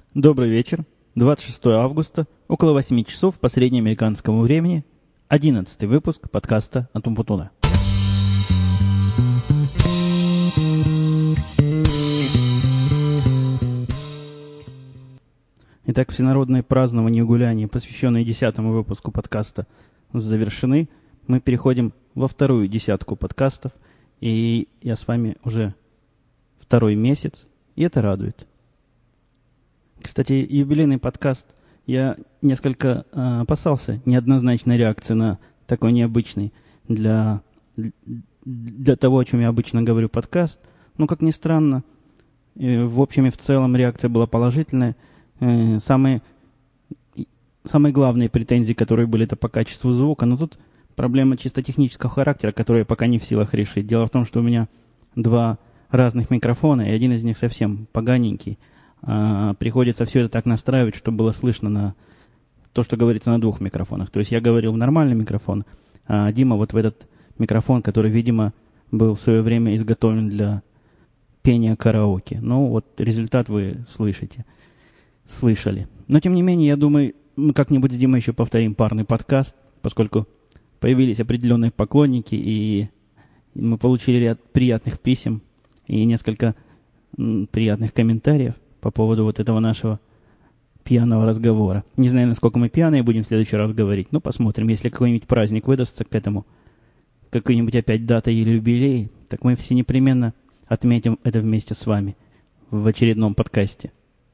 Добрый вечер. 26 августа, около 8 часов по среднеамериканскому времени, 11-й выпуск подкаста от Умпутуна. Итак, всенародные празднования и гуляния, посвященные 10-му выпуску подкаста, завершены. Мы переходим во вторую десятку подкастов, и я с вами уже второй месяц, и это радует. Кстати, юбилейный подкаст, я несколько опасался неоднозначной реакции на такой необычный для того, о чем я обычно говорю, подкаст. Но, как ни странно, в общем и в целом реакция была положительная. Самые главные претензии, которые были, это по качеству звука. Но тут проблема чисто технического характера, которую я пока не в силах решить. Дело в том, что у меня два разных микрофона, и один из них совсем поганенький. Приходится все это так настраивать, чтобы было слышно на то, что говорится на двух микрофонах. То есть я говорил в нормальный микрофон, а Дима вот в этот микрофон, который, видимо, был в свое время изготовлен для пения караоке. Ну вот результат вы слышали. Но тем не менее, я думаю, мы как-нибудь с Димой еще повторим парный подкаст, поскольку появились определенные поклонники, и мы получили ряд приятных писем и несколько приятных комментариев по поводу вот этого нашего пьяного разговора. Не знаю, насколько мы пьяные будем в следующий раз говорить, но посмотрим. Если какой-нибудь праздник выдастся к этому, какой-нибудь опять дата или юбилей, так мы все непременно отметим это вместе с вами в очередном подкасте.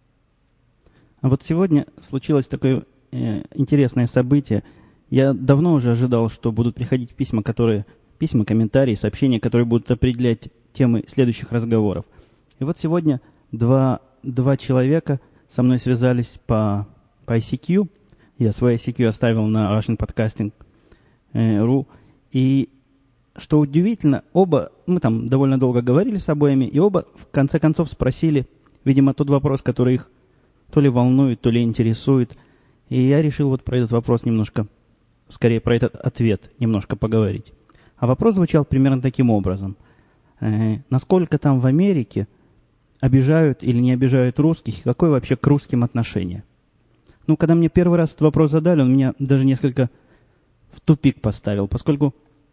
А вот сегодня случилось такое интересное событие. Я давно уже ожидал, что будут приходить письма, комментарии, сообщения, которые будут определять темы следующих разговоров. И вот сегодня два человека со мной связались по ICQ. Я свой ICQ оставил на russianpodcasting.ru. И, что удивительно, оба, мы там довольно долго говорили с обоими, и оба в конце концов спросили, видимо, тот вопрос, который их то ли волнует, то ли интересует. И я решил вот про этот вопрос немножко, скорее про этот ответ немножко поговорить. А вопрос звучал примерно таким образом. Насколько там в Америке обижают или не обижают русских, и какое вообще к русским отношение? Ну, когда мне первый раз этот вопрос задали, он меня даже несколько в тупик поставил, поскольку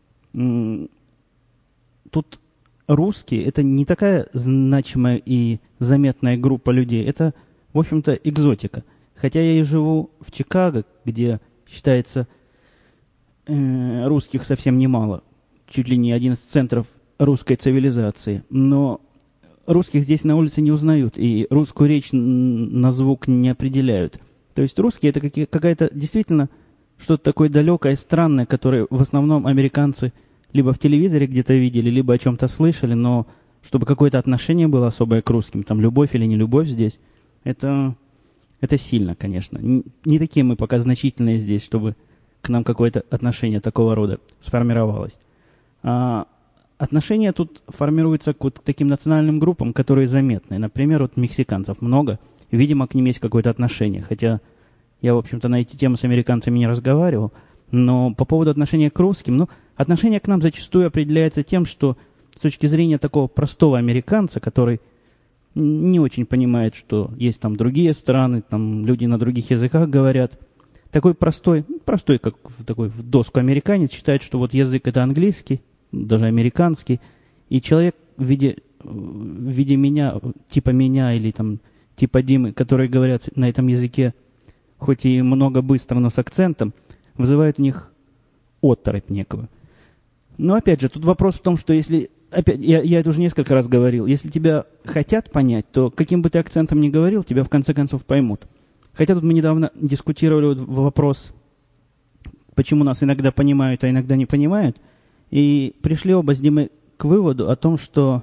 тут русские — это не такая значимая и заметная группа людей, это, в общем-то, экзотика. Хотя я и живу в Чикаго, где считается русских совсем немало, чуть ли не один из центров русской цивилизации, но русских здесь на улице не узнают, и русскую речь на звук не определяют. То есть русские — это какая-то действительно что-то такое далекое, странное, которое в основном американцы либо в телевизоре где-то видели, либо о чем-то слышали, но чтобы какое-то отношение было особое к русским, там любовь или не любовь здесь, это сильно, конечно. Не такие мы пока значительные здесь, чтобы к нам какое-то отношение такого рода сформировалось. Отношения тут формируются к таким национальным группам, которые заметны. Например, вот мексиканцев много, видимо, к ним есть какое-то отношение. Хотя я, в общем-то, на эти темы с американцами не разговаривал. Но по поводу отношения к русским, отношение к нам зачастую определяется тем, что с точки зрения такого простого американца, который не очень понимает, что есть там другие страны, там люди на других языках говорят, такой простой, как такой в доску американец, считает, что вот язык — это английский, даже американский, и человек в виде меня, типа меня или там типа Димы, которые говорят на этом языке, хоть и много быстро, но с акцентом, вызывает у них оторопь некую. Но опять же, тут вопрос в том, что если, опять, я это уже несколько раз говорил, если тебя хотят понять, то каким бы ты акцентом ни говорил, тебя в конце концов поймут. Хотя тут мы недавно дискутировали вопрос, почему нас иногда понимают, а иногда не понимают, и пришли оба с Димой к выводу о том, что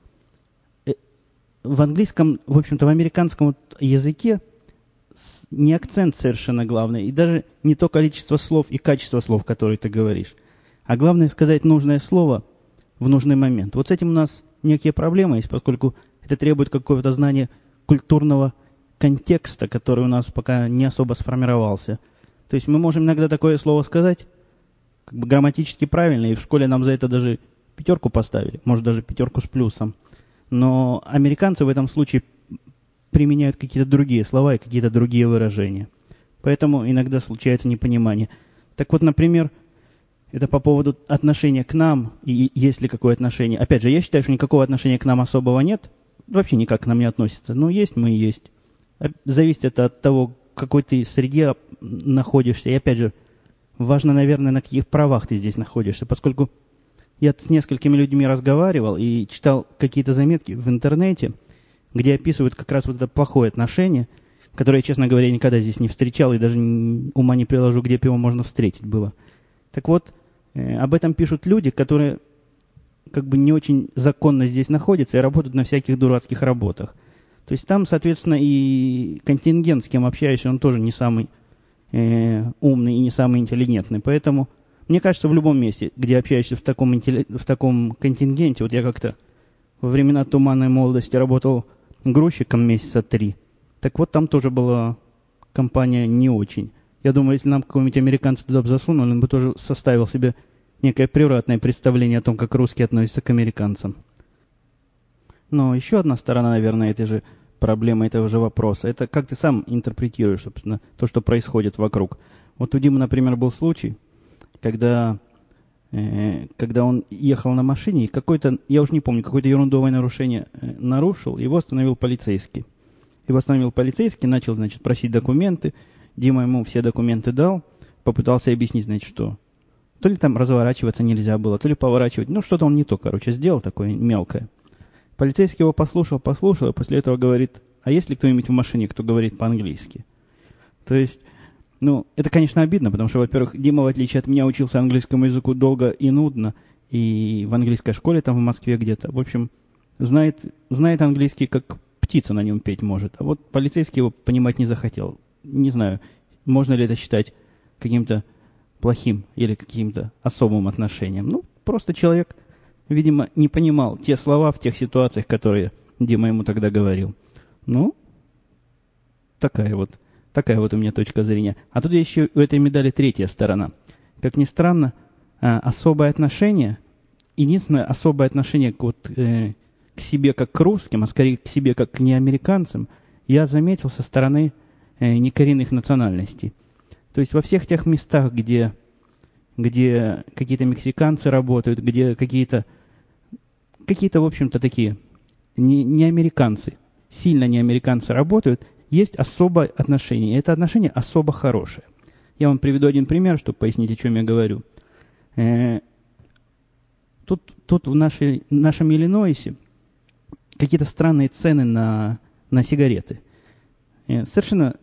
в английском, в общем-то, в американском языке не акцент совершенно главный, и даже не то количество слов и качество слов, которые ты говоришь, а главное сказать нужное слово в нужный момент. Вот с этим у нас некие проблемы есть, поскольку это требует какого-то знания культурного контекста, который у нас пока не особо сформировался. То есть мы можем иногда такое слово сказать, как бы грамматически правильно, и в школе нам за это даже 5 поставили, может даже 5 с плюсом. Но американцы в этом случае применяют какие-то другие слова и какие-то другие выражения. Поэтому иногда случается непонимание. Так вот, например, это по поводу отношения к нам, и есть ли какое отношение. Опять же, я считаю, что никакого отношения к нам особого нет, вообще никак к нам не относится. Ну, есть мы и есть. Зависит это от того, в какой ты среде находишься. И опять же, важно, наверное, на каких правах ты здесь находишься, поскольку я с несколькими людьми разговаривал и читал какие-то заметки в интернете, где описывают как раз вот это плохое отношение, которое, честно говоря, я никогда здесь не встречал и даже ума не приложу, где бы его можно встретить было. Так вот, об этом пишут люди, которые как бы не очень законно здесь находятся и работают на всяких дурацких работах. То есть там, соответственно, и контингент, с кем общаешься, он тоже не самый умный и не самый интеллигентный. Поэтому, мне кажется, в любом месте, где общаешься в таком контингенте, вот я как-то во времена туманной молодости работал грузчиком месяца 3, так вот там тоже была компания не очень. Я думаю, если нам какого-нибудь американца туда бы засунули, он бы тоже составил себе некое превратное представление о том, как русские относятся к американцам. Но еще одна сторона, наверное, этой же проблемы, этого же вопроса, это как ты сам интерпретируешь, собственно, то, что происходит вокруг. Вот у Димы, например, был случай, когда он ехал на машине, и какой-то, я уже не помню, какое-то ерундовое нарушение нарушил, его остановил полицейский. Начал, значит, просить документы. Дима ему все документы дал, попытался объяснить, значит, что то ли там разворачиваться нельзя было, то ли поворачивать. Ну, что-то он не то, короче, сделал такое мелкое. Полицейский его послушал, и после этого говорит, а есть ли кто-нибудь в машине, кто говорит по-английски? То есть, ну, это, конечно, обидно, потому что, во-первых, Дима, в отличие от меня, учился английскому языку долго и нудно, и в английской школе там в Москве где-то. В общем, знает английский, как птица на нем петь может. А вот полицейский его понимать не захотел. Не знаю, можно ли это считать каким-то плохим или каким-то особым отношением. Ну, просто человек, видимо, не понимал те слова в тех ситуациях, которые Дима ему тогда говорил. Ну, такая вот у меня точка зрения. А тут еще у этой медали третья сторона. Как ни странно, особое отношение, единственное особое отношение к себе как к русским, а скорее к себе как к неамериканцам, я заметил со стороны некоренных национальностей. То есть во всех тех местах, где какие-то мексиканцы работают, где какие-то, в общем-то, такие не американцы, сильно не американцы работают, есть особое отношение. И это отношение особо хорошее. Я вам приведу один пример, чтобы пояснить, о чем я говорю. Тут в нашем Иллинойсе какие-то странные цены на сигареты. Совершенно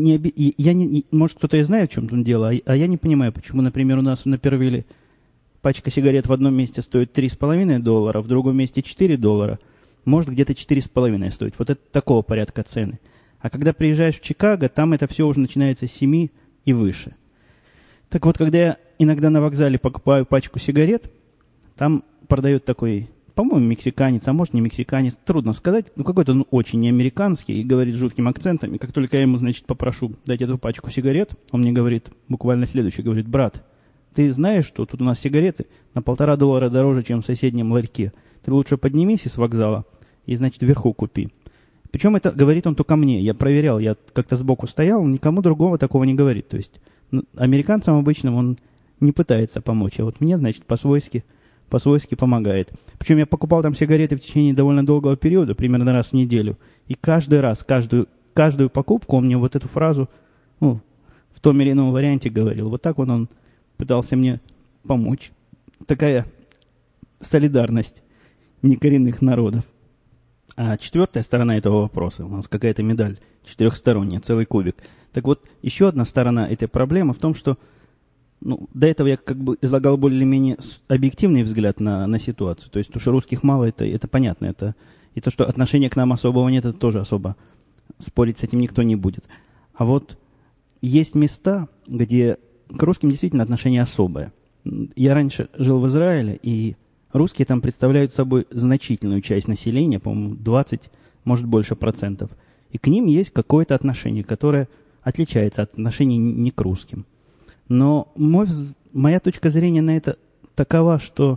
может, кто-то и знает, в чем тут дело, а я не понимаю, почему, например, у нас на Первиле пачка сигарет в одном месте стоит $3,5, в другом месте $4, может где-то 4,5 стоить. Вот это такого порядка цены. А когда приезжаешь в Чикаго, там это все уже начинается с 7 и выше. Так вот, когда я иногда на вокзале покупаю пачку сигарет, там продает такой, по-моему, мексиканец, а может не мексиканец, трудно сказать, но какой-то он очень не американский и говорит с жутким акцентом. И как только я ему, значит, попрошу дать эту пачку сигарет, он мне говорит, буквально следующий, говорит, брат, ты знаешь, что тут у нас сигареты на $1,5 дороже, чем в соседнем ларьке. Ты лучше поднимись из вокзала и, значит, вверху купи. Причем это говорит он только мне. Я проверял, я как-то сбоку стоял, никому другого такого не говорит. То есть американцам обычным он не пытается помочь, а вот мне, значит, по-свойски помогает. Причем я покупал там сигареты в течение довольно долгого периода, примерно раз в неделю. И каждый раз, каждую покупку он мне вот эту фразу, в том или ином варианте говорил. Вот так вот он пытался мне помочь. Такая солидарность некоренных народов. А четвертая сторона этого вопроса, у нас какая-то медаль четырехсторонняя, целый кубик. Так вот, еще одна сторона этой проблемы в том, что до этого я как бы излагал более-менее объективный взгляд на ситуацию. То есть, то, что русских мало, это понятно. И то, что отношения к нам особого нет, это тоже особо спорить с этим никто не будет. А вот есть места, где к русским действительно отношение особое. Я раньше жил в Израиле, и русские там представляют собой значительную часть населения, по-моему, 20, может больше процентов. И к ним есть какое-то отношение, которое отличается от отношений не к русским. Но моя точка зрения на это такова, что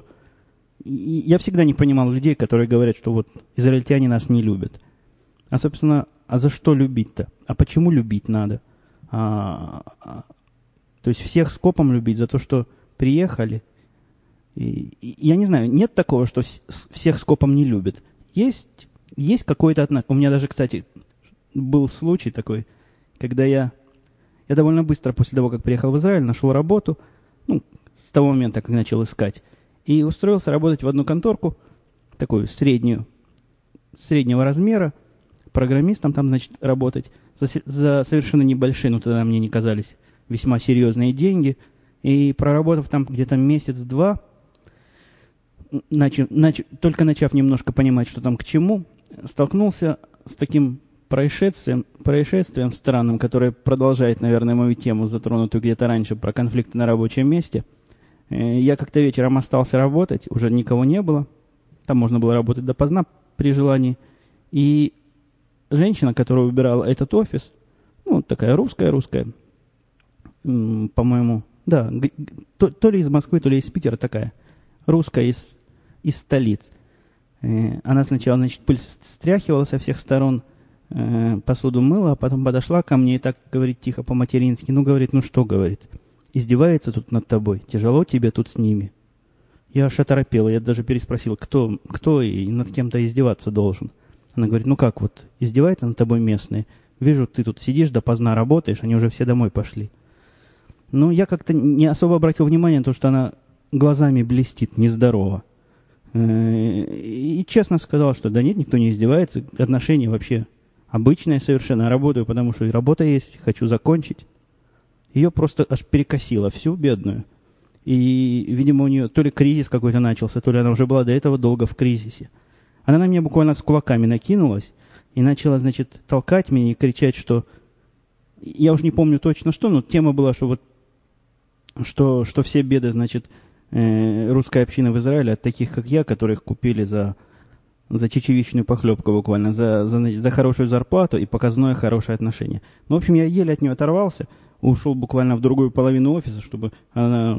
я всегда не понимал людей, которые говорят, что вот израильтяне нас не любят. А, собственно, а за что любить-то? А почему любить надо? То есть всех скопом любить за то, что приехали. И я не знаю, нет такого, что всех скопом не любят. Есть какое-то отношение. У меня даже, кстати, был случай такой, когда я довольно быстро после того, как приехал в Израиль, нашел работу, ну, с того момента, как начал искать, и устроился работать в одну конторку, такую среднего размера, программистом там, значит, работать за совершенно небольшие, ну, тогда мне не казались весьма серьезные деньги, и проработав там где-то месяц-два, только начав немножко понимать, что там к чему, столкнулся с таким происшествием странным, которое продолжает, наверное, мою тему, затронутую где-то раньше, про конфликты на рабочем месте. Я как-то вечером остался работать, уже никого не было. Там можно было работать допоздна при желании. И женщина, которая убирала этот офис, ну, такая русская, по-моему, да, то ли из Москвы, то ли из Питера такая, русская из столиц. Она сначала, значит, пыль стряхивала со всех сторон, посуду мыла, а потом подошла ко мне и так говорит тихо по-матерински. Ну, говорит, ну что, говорит, издевается тут над тобой, тяжело тебе тут с ними. Я аж оторопел, я даже переспросил, кто и над кем-то издеваться должен. Она говорит, ну как вот, издевается над тобой местные. Вижу, ты тут сидишь, допоздна работаешь, они уже все домой пошли. Ну, я как-то не особо обратил внимание на то, что она глазами блестит, нездорово. И честно сказал, что да нет, никто не издевается, отношения вообще обычные совершенно, работаю, потому что и работа есть, хочу закончить. Ее просто аж перекосило, всю бедную. И, видимо, у нее то ли кризис какой-то начался, то ли она уже была до этого долго в кризисе. Она на меня буквально с кулаками накинулась и начала, значит, толкать меня и кричать, что... Я уже не помню точно что, но тема была, что вот что все беды, значит, русской общины в Израиле от таких, как я, которых купили за чечевичную похлебку буквально, за хорошую зарплату и показное хорошее отношение. Ну, в общем, я еле от нее оторвался, ушел буквально в другую половину офиса, чтобы с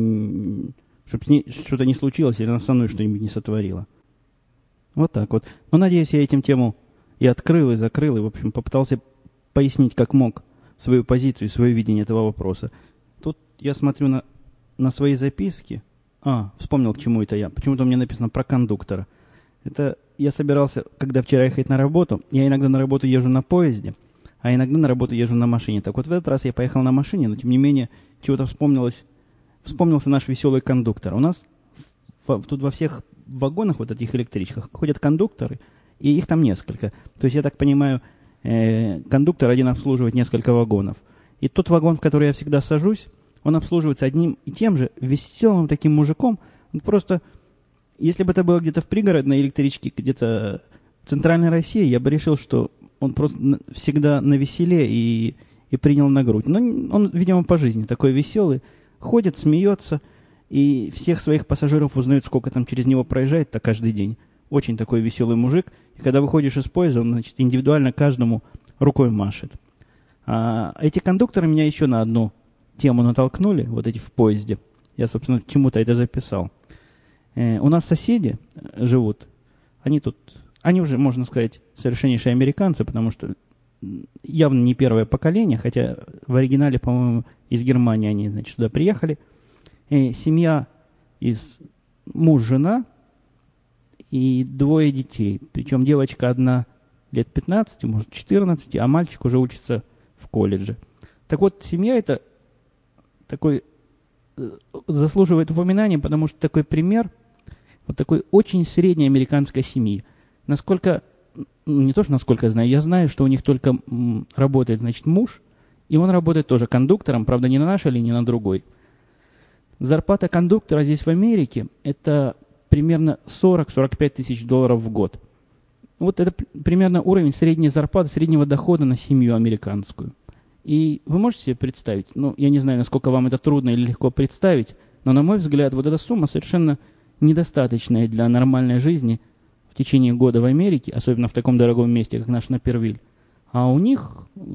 ней что-то не случилось или она со мной что-нибудь не сотворила. Вот так вот. Но, надеюсь, я этим тему и открыл, и закрыл, и, в общем, попытался пояснить, как мог, свою позицию, свое видение этого вопроса. Тут я смотрю на свои записки. Вспомнил, к чему это я. Почему-то у меня написано про кондуктора. Это я собирался, когда вчера ехать на работу. Я иногда на работу езжу на поезде, а иногда на работу езжу на машине. Так вот, в этот раз я поехал на машине, но, тем не менее, чего-то вспомнился наш веселый кондуктор. У нас тут во всех вагонах, вот этих электричках, ходят кондукторы, и их там несколько. То есть, я так понимаю, кондуктор один обслуживает несколько вагонов. И тот вагон, в который я всегда сажусь, он обслуживается одним и тем же веселым таким мужиком. Он просто, если бы это было где-то в пригородной электричке, где-то в центральной России, я бы решил, что он просто всегда навеселе и принял на грудь. Но он, видимо, по жизни такой веселый, ходит, смеется, и всех своих пассажиров узнает, сколько там через него проезжает-то каждый день. Очень такой веселый мужик. И когда выходишь из поезда, он, значит, индивидуально каждому рукой машет. А эти кондукторы меня еще на одну тему натолкнули, вот эти в поезде. Я, собственно, к чему-то это записал. У нас соседи живут, они уже, можно сказать, совершеннейшие американцы, потому что явно не первое поколение, хотя в оригинале, по-моему, из Германии они, значит, сюда приехали. Семья из муж, жена и двое детей. Причем девочка одна лет 15, может 14, а мальчик уже учится в колледже. Так вот, семья эта такой заслуживает упоминания, потому что такой пример вот такой очень средней американской семьи. Насколько, не то что насколько я знаю, я знаю, что у них только работает, значит, муж, и он работает тоже кондуктором, правда, не на нашей линии, а на другой. Зарплата кондуктора здесь в Америке это примерно 40-45 тысяч долларов в год. Вот это примерно уровень средней зарплаты, среднего дохода на семью американскую. И вы можете себе представить, ну, я не знаю, насколько вам это трудно или легко представить, но, на мой взгляд, вот эта сумма совершенно недостаточная для нормальной жизни в течение года в Америке, особенно в таком дорогом месте, как наш Напервиль. А у них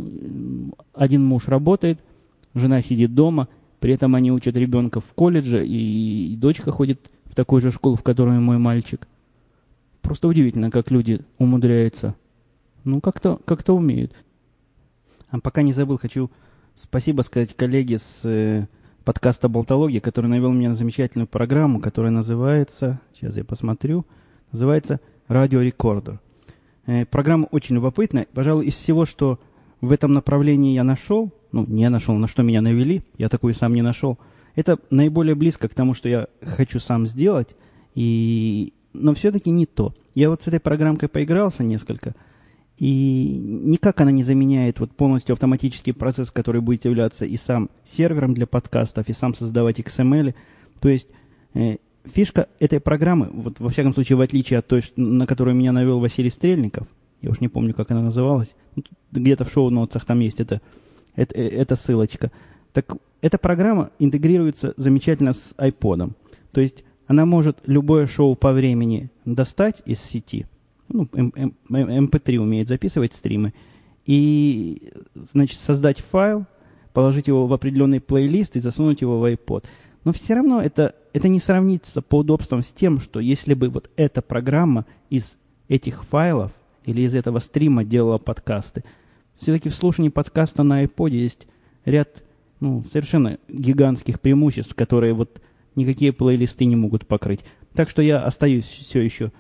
один муж работает, жена сидит дома, при этом они учат ребенка в колледже, и дочка ходит в такую же школу, в которой мой мальчик. Просто удивительно, как люди умудряются Ну, как-то умеют. А пока не забыл, хочу спасибо сказать коллеге с подкаста «Болтология», который навел меня на замечательную программу, которая называется, сейчас я посмотрю, называется «Радиорекордер». Программа очень любопытная. Пожалуй, из всего, что в этом направлении я нашел, не нашел, на что меня навели, я такую сам не нашел, это наиболее близко к тому, что я хочу сам сделать, но все-таки не то. Я вот с этой программкой поигрался несколько, и никак она не заменяет вот полностью автоматический процесс, который будет являться и сам сервером для подкастов, и сам создавать XML. То есть фишка этой программы, вот во всяком случае, в отличие от той, на которую меня навел Василий Стрельников, я уж не помню, как она называлась, где-то в шоу-ноутсах там есть эта ссылочка. Так эта программа интегрируется замечательно с iPod. То есть она может любое шоу по времени достать из сети, MP3 умеет записывать стримы, и, значит, создать файл, положить его в определенный плейлист и засунуть его в iPod. Но все равно это не сравнится по удобствам с тем, что если бы вот эта программа из этих файлов или из этого стрима делала подкасты, все-таки в слушании подкаста на iPod есть ряд совершенно гигантских преимуществ, которые вот никакие плейлисты не могут покрыть. Так что я остаюсь все еще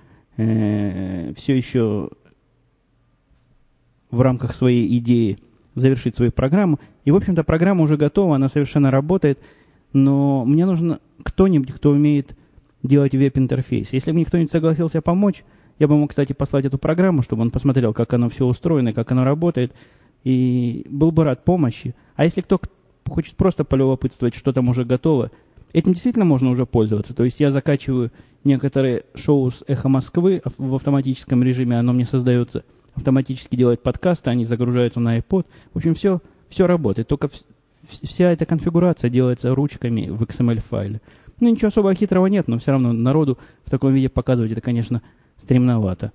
в рамках своей идеи завершить свою программу. И, в общем-то, программа уже готова, она совершенно работает, но мне нужен кто-нибудь, кто умеет делать веб-интерфейс. Если бы мне кто-нибудь согласился помочь, я бы мог, кстати, послать эту программу, чтобы он посмотрел, как оно все устроено, как оно работает, и был бы рад помощи. А если кто хочет просто полюбопытствовать, что там уже готово, этим действительно можно уже пользоваться. То есть я закачиваю некоторые шоу с «Эхо Москвы» в автоматическом режиме, оно мне создается, автоматически делает подкасты, они загружаются на iPod. В общем, все работает. Только вся эта конфигурация делается ручками в XML-файле. Ничего особо хитрого нет, но все равно народу в таком виде показывать это, конечно, стремновато.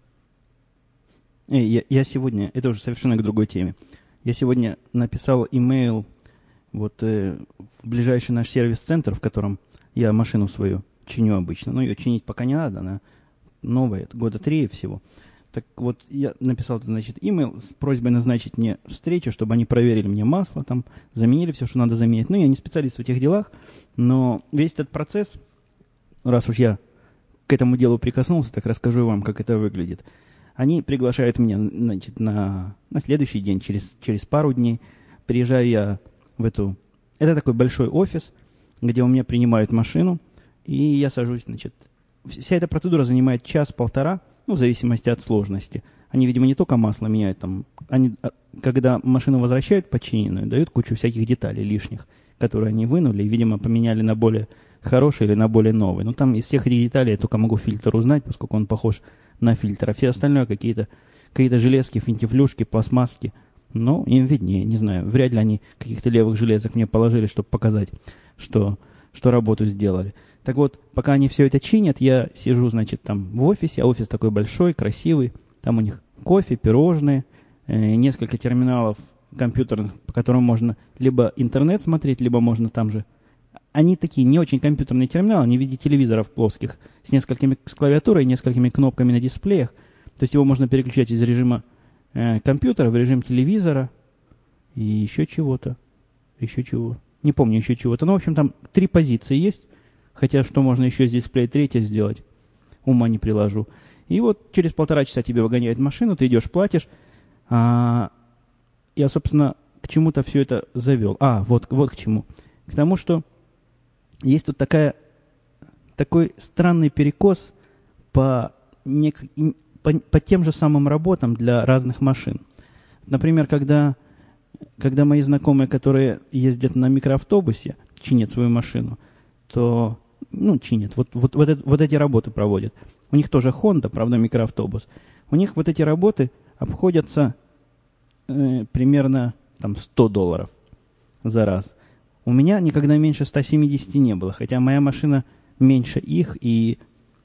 Я сегодня, это уже совершенно к другой теме, я сегодня написал имейл в ближайший наш сервис-центр, в котором я машину свою чиню обычно. Ее чинить пока не надо, она новая, года 3 всего. Так вот, я написал, значит, имейл с просьбой назначить мне встречу, чтобы они проверили мне масло, там, заменили все, что надо заменить. Я не специалист в этих делах, но весь этот процесс, раз уж я к этому делу прикоснулся, так расскажу вам, как это выглядит. Они приглашают меня, значит, на следующий день, через пару дней. Приезжаю я в это такой большой офис, где у меня принимают машину, и я сажусь, значит. Вся эта процедура занимает час-полтора, в зависимости от сложности. Они, видимо, не только масло меняют, они, когда машину возвращают починенную, дают кучу всяких деталей лишних, которые они вынули и, видимо, поменяли на более хороший или на более новый. Там из всех этих деталей я только могу фильтр узнать, поскольку он похож на фильтр, а все остальное какие-то железки, финтифлюшки, пластмасски. Им виднее, не знаю, вряд ли они каких-то левых железок мне положили, чтобы показать, что работу сделали. Так вот, пока они все это чинят, я сижу, значит, там в офисе, а офис такой большой, красивый, там у них кофе, пирожные, несколько терминалов компьютерных, по которым можно либо интернет смотреть, либо можно там же. Они такие не очень компьютерные терминалы, они в виде телевизоров плоских, с клавиатурой, несколькими кнопками на дисплеях. То есть его можно переключать из режима компьютера в режим телевизора и еще чего-то. Не помню еще чего-то. В общем, там 3 позиции есть. Хотя что можно еще с дисплея 3 сделать, ума не приложу. И вот через 1,5 часа тебе выгоняют машину, ты идешь, платишь. Я, собственно, к чему-то все это завел. Вот к чему. К тому, что есть тут такой странный перекос по тем же самым работам для разных машин. Например, когда мои знакомые, которые ездят на микроавтобусе, чинят свою машину, то чинят, вот эти работы проводят. У них тоже Honda, правда, микроавтобус. У них вот эти работы обходятся примерно $100 за раз. У меня никогда меньше 170 не было, хотя моя машина меньше их, и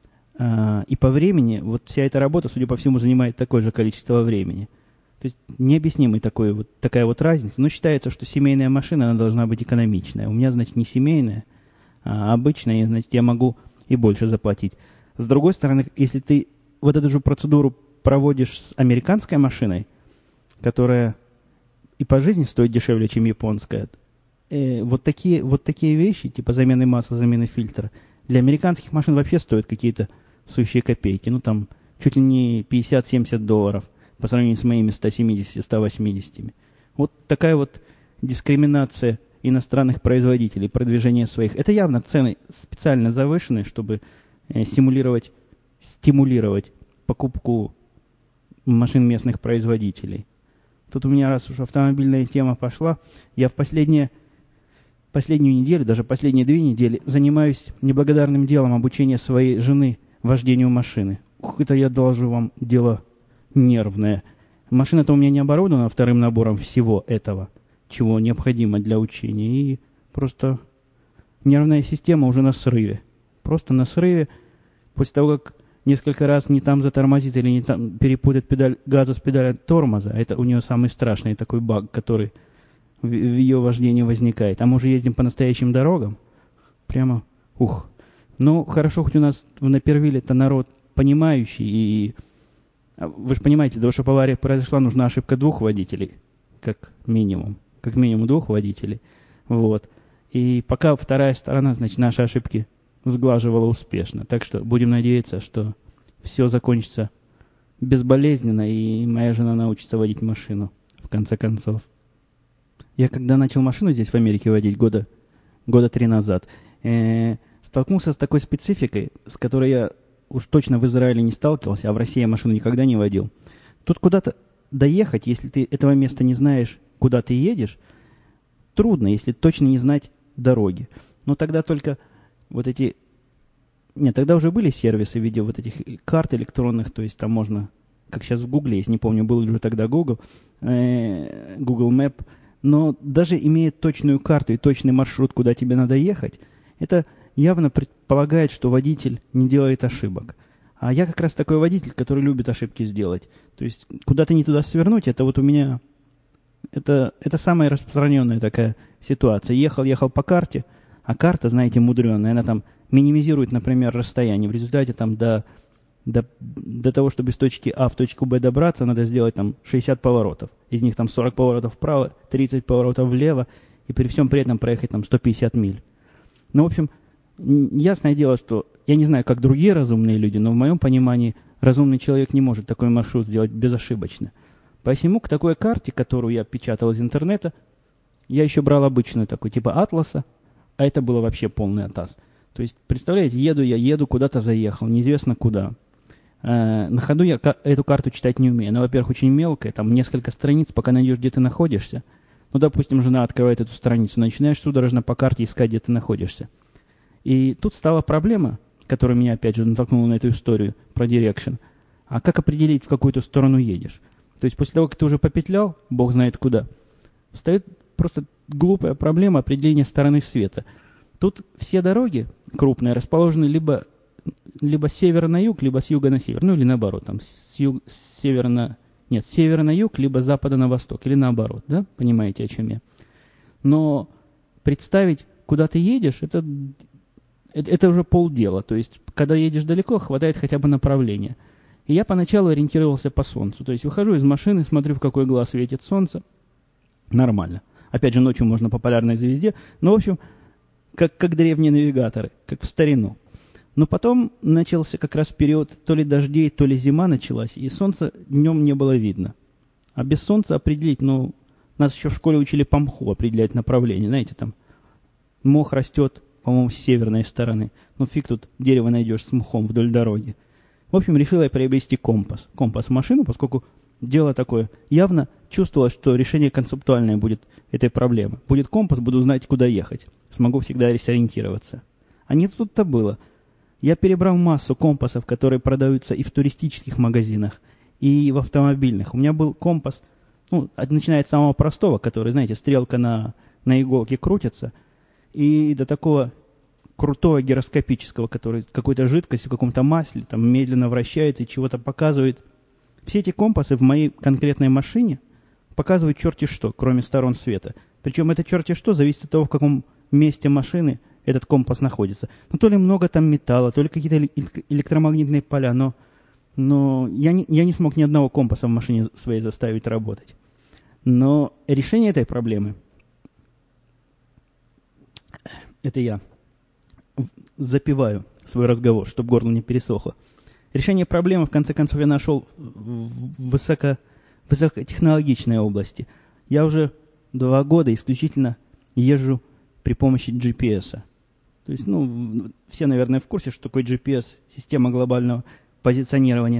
по времени вот вся эта работа, судя по всему, занимает такое же количество времени. То есть необъяснимая такая вот разница. Но считается, что семейная машина, она должна быть экономичная. У меня, значит, не семейная, а обычная, значит, я могу и больше заплатить. С другой стороны, если ты вот эту же процедуру проводишь с американской машиной, которая и по жизни стоит дешевле, чем японская, вот такие вещи, типа замены масла, замены фильтра, для американских машин вообще стоят какие-то сущие копейки. Ну, там, чуть ли не $50-70 по сравнению с моими 170-180. Вот такая вот дискриминация иностранных производителей, продвижение своих. Это явно цены специально завышены, чтобы стимулировать покупку машин местных производителей. Тут у меня, раз уж автомобильная тема пошла, я в последнюю неделю, даже последние 2 недели, занимаюсь неблагодарным делом обучения своей жены вождению машины. Ух, это я доложу вам дело нервное. Машина-то у меня не оборудована вторым набором всего этого, чего необходимо для учения. И просто нервная система уже на срыве. Просто на срыве. После того, как несколько раз не там затормозит или не там перепутает педаль газа с педалью тормоза, это у нее самый страшный такой баг, который в ее вождении возникает. А мы уже ездим по настоящим дорогам. Прямо, ух. Ну, хорошо, хоть у нас в Напервилле-то народ понимающий. И вы же понимаете, для того, чтобы авария произошла, нужна ошибка 2 водителей. Как минимум. Как минимум 2 водителей. Вот. И пока вторая сторона, значит, наши ошибки сглаживала успешно. Так что будем надеяться, что все закончится безболезненно, и моя жена научится водить машину, в конце концов. Я когда начал машину здесь в Америке водить года 3 назад, столкнулся с такой спецификой, с которой я уж точно в Израиле не сталкивался, а в России я машину никогда не водил. Тут куда-то доехать, если ты этого места не знаешь, куда ты едешь, трудно, если точно не знать дороги. Но тогда только вот эти... Нет, тогда уже были сервисы в виде вот этих карт электронных, то есть там можно, как сейчас в Гугле есть, не помню, был ли уже тогда Google Map, но даже имея точную карту и точный маршрут, куда тебе надо ехать, это явно предполагает, что водитель не делает ошибок. А я как раз такой водитель, который любит ошибки сделать. То есть куда-то не туда свернуть, это вот у меня... Это самая распространенная такая ситуация. Ехал по карте, а карта, знаете, мудреная, она там минимизирует, например, расстояние. В результате там до того, чтобы из точки А в точку Б добраться, надо сделать там 60 поворотов. Из них там 40 поворотов вправо, 30 поворотов влево, и при всем при этом проехать там 150 миль. Ну, в общем, ясное дело, что я не знаю, как другие разумные люди, но в моем понимании разумный человек не может такой маршрут сделать безошибочно. Посему к такой карте, которую я печатал из интернета, я еще брал обычную такую, типа атласа, а это было вообще полный атас. То есть, представляете, еду, куда-то заехал, неизвестно куда. На ходу я эту карту читать не умею. Она, во-первых, очень мелкая, там несколько страниц, пока найдешь, где ты находишься. Ну, допустим, жена открывает эту страницу, начинаешь судорожно по карте искать, где ты находишься. И тут стала проблема, которая меня, опять же, натолкнула на эту историю про дирекшн. А как определить, в какую-то сторону едешь? То есть после того, как ты уже попетлял, бог знает куда, встает просто глупая проблема определения стороны света. Тут все дороги крупные расположены либо с севера на юг, либо с юга на север. Ну или наоборот, там с севера на юг, либо с запада на восток, или наоборот, да? Понимаете, о чем я? Но представить, куда ты едешь, это уже полдела. То есть, когда едешь далеко, хватает хотя бы направления. И я поначалу ориентировался по солнцу. То есть, выхожу из машины, смотрю, в какой глаз светит солнце. Нормально. Опять же, ночью можно по полярной звезде. Но, в общем, как древние навигаторы, как в старину. Но потом начался как раз период то ли дождей, то ли зима началась, и солнца днем не было видно. А без солнца определить, нас еще в школе учили по мху определять направление. Знаете, там мох растет, по-моему, с северной стороны. Фиг тут дерево найдешь с мхом вдоль дороги. В общем, решил я приобрести компас. Компас в машину, поскольку дело такое. Явно чувствовалось, что решение концептуальное будет этой проблемы. Будет компас, буду знать, куда ехать. Смогу всегда сориентироваться. А не тут-то было. Я перебрал массу компасов, которые продаются и в туристических магазинах, и в автомобильных. У меня был компас, начиная от самого простого, который, знаете, стрелка на иголке крутится, и до такого крутого гироскопического, который какой-то жидкость в каком-то масле там медленно вращается и чего-то показывает. Все эти компасы в моей конкретной машине показывают черти что, кроме сторон света. Причем это черти что зависит от того, в каком месте машины этот компас находится. То ли много там металла, то ли какие-то электромагнитные поля, но но я не смог ни одного компаса в машине своей заставить работать. Но решение этой проблемы, это я запиваю свой разговор, чтобы горло не пересохло. Решение проблемы, в конце концов, я нашел в высокотехнологичной области. Я уже 2 года исключительно езжу при помощи GPS. То есть, все, наверное, в курсе, что такое GPS, система глобального позиционирования.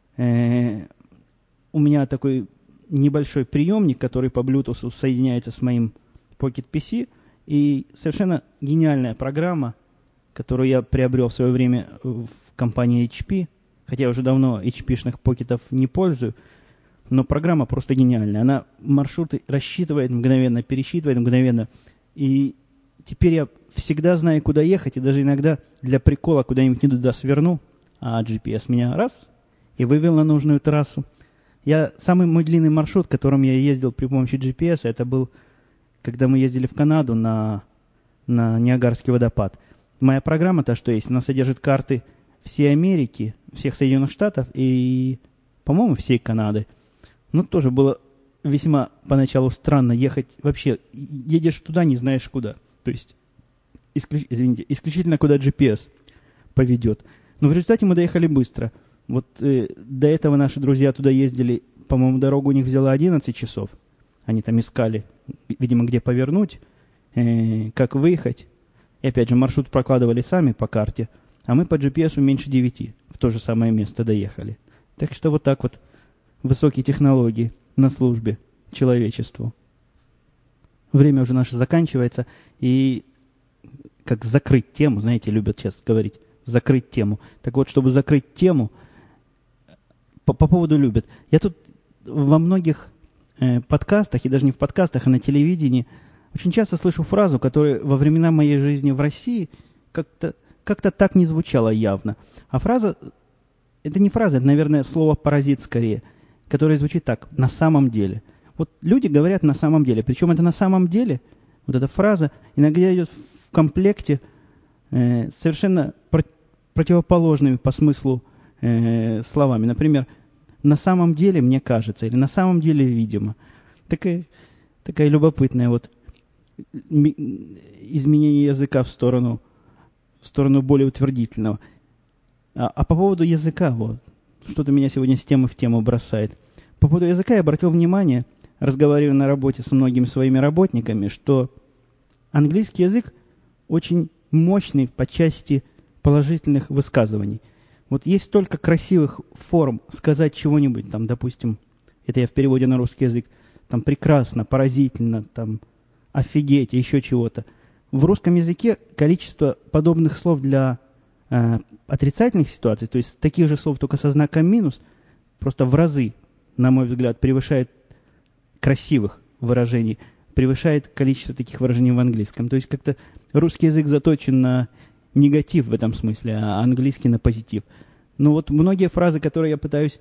У меня такой небольшой приемник, который по Bluetooth соединяется с моим Pocket PC, и совершенно гениальная программа, которую я приобрел в свое время в компании HP, хотя я уже давно HP-шных покетов не пользую, но программа просто гениальная. Она маршруты рассчитывает мгновенно, пересчитывает мгновенно, и теперь я всегда знаю, куда ехать, и даже иногда для прикола куда-нибудь не туда сверну, а GPS меня раз и вывел на нужную трассу. Самый мой длинный маршрут, которым я ездил при помощи GPS, это был, когда мы ездили в Канаду на Ниагарский водопад. Моя программа, то, что есть, она содержит карты всей Америки, всех Соединенных Штатов и, по-моему, всей Канады. Тоже было весьма поначалу странно ехать. Вообще, едешь туда, не знаешь куда. То есть, исключительно куда GPS поведет. Но в результате мы доехали быстро. До этого наши друзья туда ездили, по-моему, дорогу у них взяла 11 часов. Они там искали, видимо, где повернуть, как выехать. И опять же, маршрут прокладывали сами по карте, а мы по GPS меньше 9 в то же самое место доехали. Так что вот так вот высокие технологии на службе человечеству. Время уже наше заканчивается, и как закрыть тему, знаете, любят часто говорить, закрыть тему. Так вот, чтобы закрыть тему, по поводу любят. Я тут во многих подкастах, и даже не в подкастах, а на телевидении, очень часто слышу фразу, которая во времена моей жизни в России как-то так не звучала явно. А фраза, это не фраза, это, наверное, слово «паразит» скорее, которое звучит так: «на самом деле». Вот люди говорят «на самом деле», причем это «на самом деле», вот эта фраза иногда идет в комплекте совершенно противоположными по смыслу словами. Например, «на самом деле мне кажется» или «на самом деле видимо». Такая любопытная изменение языка в сторону более утвердительного. А по поводу языка, что-то меня сегодня с темы в тему бросает. По поводу языка я обратил внимание, разговаривая на работе с многими своими работниками, что английский язык очень мощный по части положительных высказываний. Есть столько красивых форм сказать чего-нибудь, там, допустим, это я в переводе на русский язык, там прекрасно, поразительно, там офигеть, еще чего-то. В русском языке количество подобных слов для отрицательных ситуаций, то есть таких же слов, только со знаком минус, просто в разы, на мой взгляд, превышает красивых выражений, превышает количество таких выражений в английском. То есть как-то русский язык заточен на негатив в этом смысле, а английский на позитив. Многие фразы, которые я пытаюсь,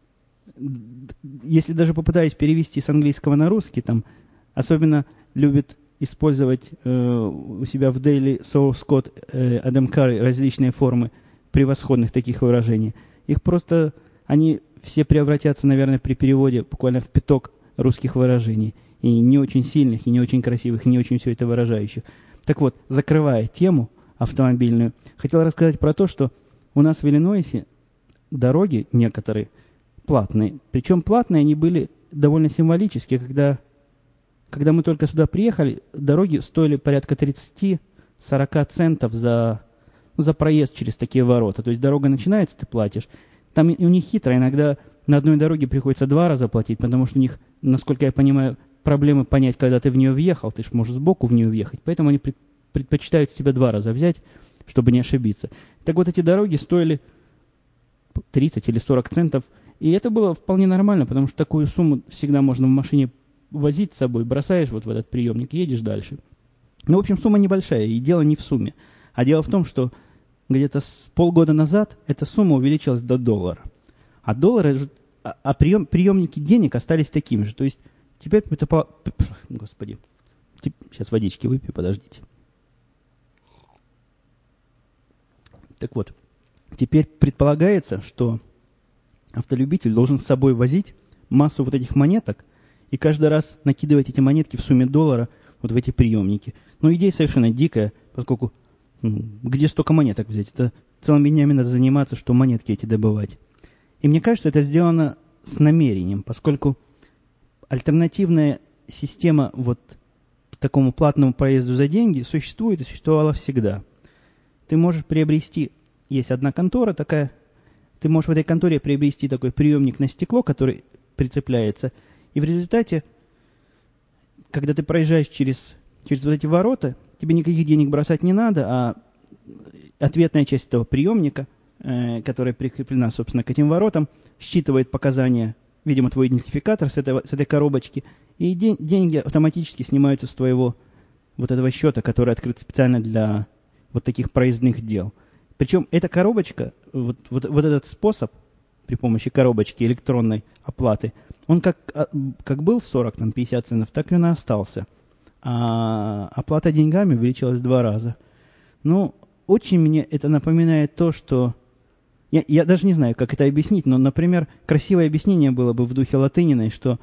если даже попытаюсь перевести с английского на русский, там особенно любит использовать у себя в Daily Source Code Адам Карри различные формы превосходных таких выражений. Они все превратятся, наверное, при переводе буквально в пяток русских выражений. И не очень сильных, и не очень красивых, и не очень все это выражающих. Так вот, закрывая тему автомобильную, хотел рассказать про то, что у нас в Иллинойсе дороги некоторые платные. Причем платные они были довольно символические. Когда мы только сюда приехали, дороги стоили порядка 30-40 центов за проезд через такие ворота. То есть дорога начинается, ты платишь. Там у них хитро, иногда на одной дороге приходится 2 раза платить, потому что у них, насколько я понимаю, проблемы понять, когда ты в нее въехал, ты же можешь сбоку в нее въехать. Поэтому они предпочитают с тебя 2 раза взять, чтобы не ошибиться. Так вот, эти дороги стоили 30 или 40 центов. И это было вполне нормально, потому что такую сумму всегда можно в машине возить с собой. Бросаешь в этот приемник, едешь дальше. В общем, сумма небольшая, и дело не в сумме. А дело в том, что где-то с полгода назад эта сумма увеличилась до $1. А приемники денег остались такими же. То есть теперь это... Господи. Сейчас водички выпью, подождите. Так вот, теперь предполагается, что автолюбитель должен с собой возить массу вот этих монеток и каждый раз накидывать эти монетки в сумме $1 вот в эти приемники. Но идея совершенно дикая, поскольку где столько монеток взять? Это целыми днями надо заниматься, что монетки эти добывать. И мне кажется, это сделано с намерением, поскольку альтернативная система вот такому платному проезду за деньги существует и существовала всегда. Ты можешь приобрести, есть одна контора такая, ты можешь в этой конторе приобрести такой приемник на стекло, который прицепляется, и в результате, когда ты проезжаешь через вот эти ворота, тебе никаких денег бросать не надо, а ответная часть этого приемника, которая прикреплена, собственно, к этим воротам, считывает показания, видимо, твой идентификатор с этой коробочки, и деньги автоматически снимаются с твоего вот этого счета, который открыт специально для вот таких проездных дел. Причем эта коробочка, вот этот способ при помощи коробочки электронной оплаты, он как был 40-50 центов, так и он и остался. А оплата деньгами увеличилась в 2 раза. Ну, очень мне это напоминает то, что... Я даже не знаю, как это объяснить, но, например, красивое объяснение было бы в духе Латыниной, что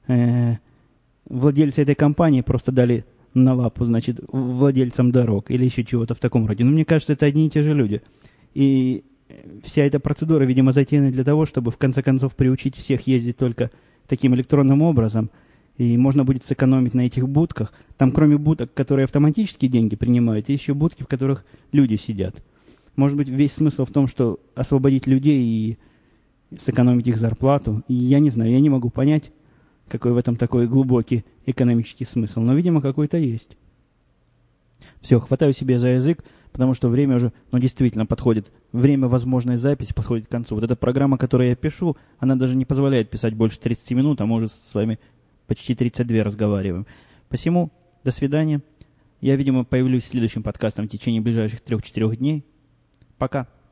владельцы этой компании просто дали на лапу, значит, владельцам дорог или еще чего-то в таком роде. Но мне кажется, это одни и те же люди. И вся эта процедура, видимо, затеяна для того, чтобы в конце концов приучить всех ездить только таким электронным образом. И можно будет сэкономить на этих будках. Там, кроме будок, которые автоматически деньги принимают, есть еще будки, в которых люди сидят. Может быть, весь смысл в том, что освободить людей и сэкономить их зарплату. И я не знаю, я не могу понять, какой в этом такой глубокий экономический смысл. Но, видимо, какой-то есть. Все, хватаю себе за язык, потому что время уже, действительно подходит. Время возможной записи подходит к концу. Вот эта программа, которую я пишу, она даже не позволяет писать больше 30 минут, а мы уже с вами почти 32 разговариваем. Посему, до свидания. Я, видимо, появлюсь в следующем подкасте в течение ближайших 3-4 дней. Пока.